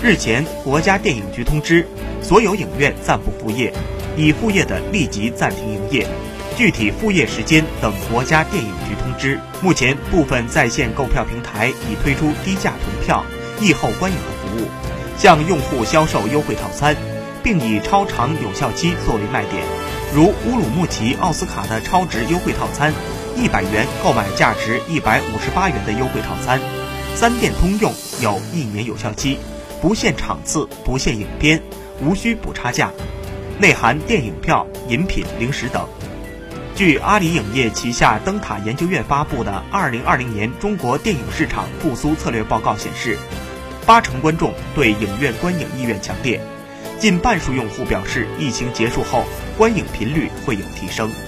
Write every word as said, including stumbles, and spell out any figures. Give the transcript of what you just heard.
日前，国家电影局通知，所有影院暂不复业，已复业的立即暂停营业，具体复业时间等国家电影局通知。目前，部分在线购票平台已推出低价囤票、疫后观影的服务，向用户销售优惠套餐，并以超长有效期作为卖点。如乌鲁木齐奥斯卡的超值优惠套餐，一百元购买价值一百五十八元的优惠套餐，三店通用，有一年有效期，不限场次，不限影片，无需补差价，内含电影票、饮品、零食等。据阿里影业旗下灯塔研究院发布的《二零二零年中国电影市场复苏策略报告》显示，八成观众对影院观影意愿强烈，近半数用户表示，疫情结束后观影频率会有提升。